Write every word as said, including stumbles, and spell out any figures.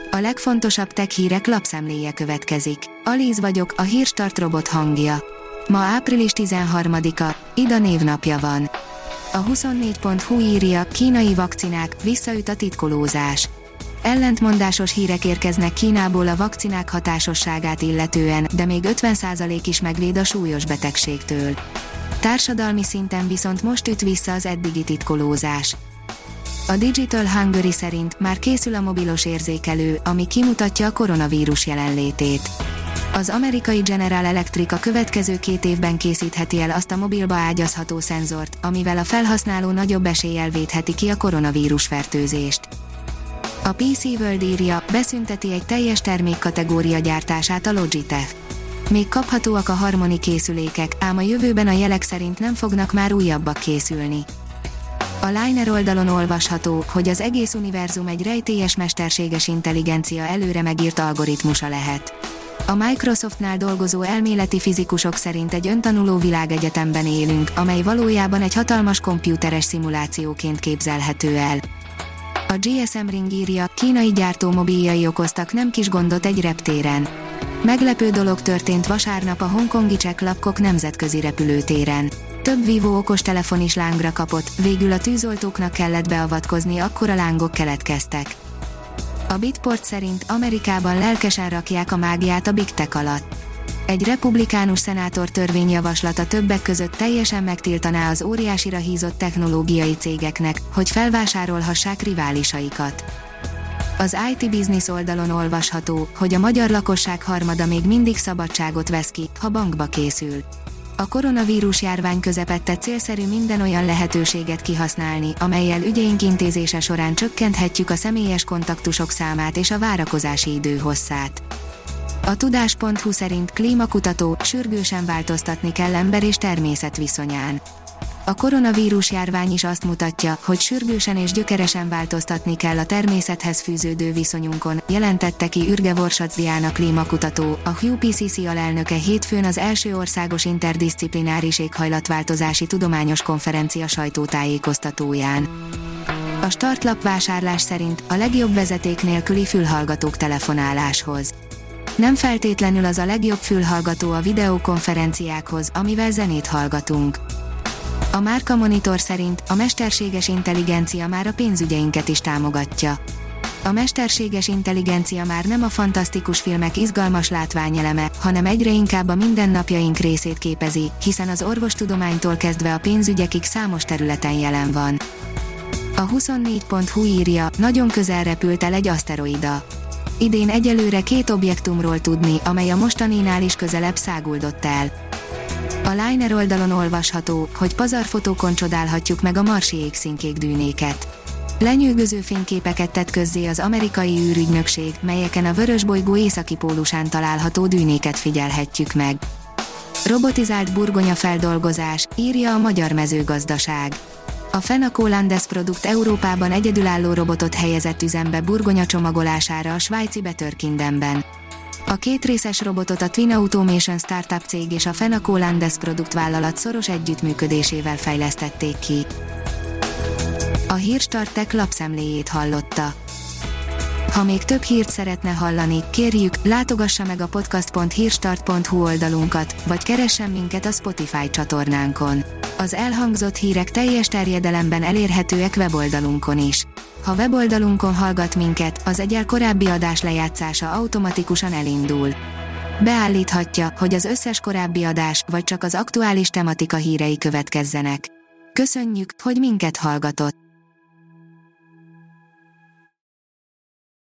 A legfontosabb tech hírek lapszemléje következik. Alíz vagyok, a Hírstart robot hangja. Ma április tizenharmadika, Ida névnapja van. A huszonnégy pont hu írja, kínai vakcinák, visszaüt a titkolózás. Ellentmondásos hírek érkeznek Kínából a vakcinák hatásosságát illetően, de még ötven százalék is megvéd a súlyos betegségtől. Társadalmi szinten viszont most üt vissza az eddigi titkolózás. A Digital Hungary szerint már készül a mobilos érzékelő, ami kimutatja a koronavírus jelenlétét. Az amerikai General Electric a következő két évben készítheti el azt a mobilba ágyazható szenzort, amivel a felhasználó nagyobb eséllyel védheti ki a koronavírus fertőzést. A pé cé World írja, beszünteti egy teljes termékkategória gyártását a Logitech. Még kaphatóak a Harmony készülékek, ám a jövőben a jelek szerint nem fognak már újabbak készülni. A Liner oldalon olvasható, hogy az egész univerzum egy rejtélyes mesterséges intelligencia előre megírt algoritmusa lehet. A Microsoftnál dolgozó elméleti fizikusok szerint egy öntanuló világegyetemben élünk, amely valójában egy hatalmas komputeres szimulációként képzelhető el. A gé es em Ring írja, kínai gyártó mobiljai okoztak nem kis gondot egy reptéren. Meglepő dolog történt vasárnap a hongkongi Cseklapkok nemzetközi repülőtéren. Több Vivo okostelefon is lángra kapott, végül a tűzoltóknak kellett beavatkozni, akkor a lángok keletkeztek. A Bitport szerint Amerikában lelkesen rakják a mágiát a Big Tech alatt. Egy republikánus szenátor törvényjavaslata többek között teljesen megtiltaná az óriásira hízott technológiai cégeknek, hogy felvásárolhassák riválisaikat. Az i té Business oldalon olvasható, hogy a magyar lakosság harmada még mindig szabadságot vesz ki, ha bankba készül. A koronavírus járvány közepette célszerű minden olyan lehetőséget kihasználni, amellyel ügyeink intézése során csökkenthetjük a személyes kontaktusok számát és a várakozási idő hosszát. A tudás pont hu szerint klímakutató, sürgősen változtatni kell ember és természet viszonyán. A koronavírus járvány is azt mutatja, hogy sürgősen és gyökeresen változtatni kell a természethez fűződő viszonyunkon, jelentette ki Ürge Vorsacz klímakutató, a há u pé cé cé alelnöke hétfőn az első országos interdiszciplináris éghajlatváltozási tudományos konferencia sajtótájékoztatóján. A startlap vásárlás szerint a legjobb vezeték nélküli fülhallgatók telefonáláshoz. Nem feltétlenül az a legjobb fülhallgató a videokonferenciákhoz, amivel zenét hallgatunk. A Márka Monitor szerint a mesterséges intelligencia már a pénzügyeinket is támogatja. A mesterséges intelligencia már nem a fantasztikus filmek izgalmas látványeleme, hanem egyre inkább a mindennapjaink részét képezi, hiszen az orvostudománytól kezdve a pénzügyekig számos területen jelen van. A huszonnégy pont hu írja, nagyon közel repült el egy aszteroida. Idén egyelőre két objektumról tudni, amely a mostaninál is közelebb száguldott el. A Liner oldalon olvasható, hogy pazarfotókon csodálhatjuk meg a marsi égszínkék dűnéket. Lenyűgöző fényképeket tett közzé az amerikai űrügynökség, melyeken a vörösbolygó északi pólusán található dűnéket figyelhetjük meg. Robotizált burgonyafeldolgozás, írja a Magyar Mezőgazdaság. A Fenaco Landesprodukt Európában egyedülálló robotot helyezett üzembe burgonya csomagolására a svájci Betörkindenben. A kétrészes robotot a Twin Automation startup cég és a Fenaco Landesprodukt vállalat szoros együttműködésével fejlesztették ki. A Hírstart Tech lapszemléjét hallotta. Ha még több hírt szeretne hallani, kérjük, látogassa meg a podcast pont hírstart pont hu oldalunkat, vagy keressen minket a Spotify csatornánkon. Az elhangzott hírek teljes terjedelemben elérhetőek weboldalunkon is. Ha weboldalunkon hallgat minket, az egyel korábbi adás lejátszása automatikusan elindul. Beállíthatja, hogy az összes korábbi adás, vagy csak az aktuális tematika hírei következzenek. Köszönjük, hogy minket hallgatott!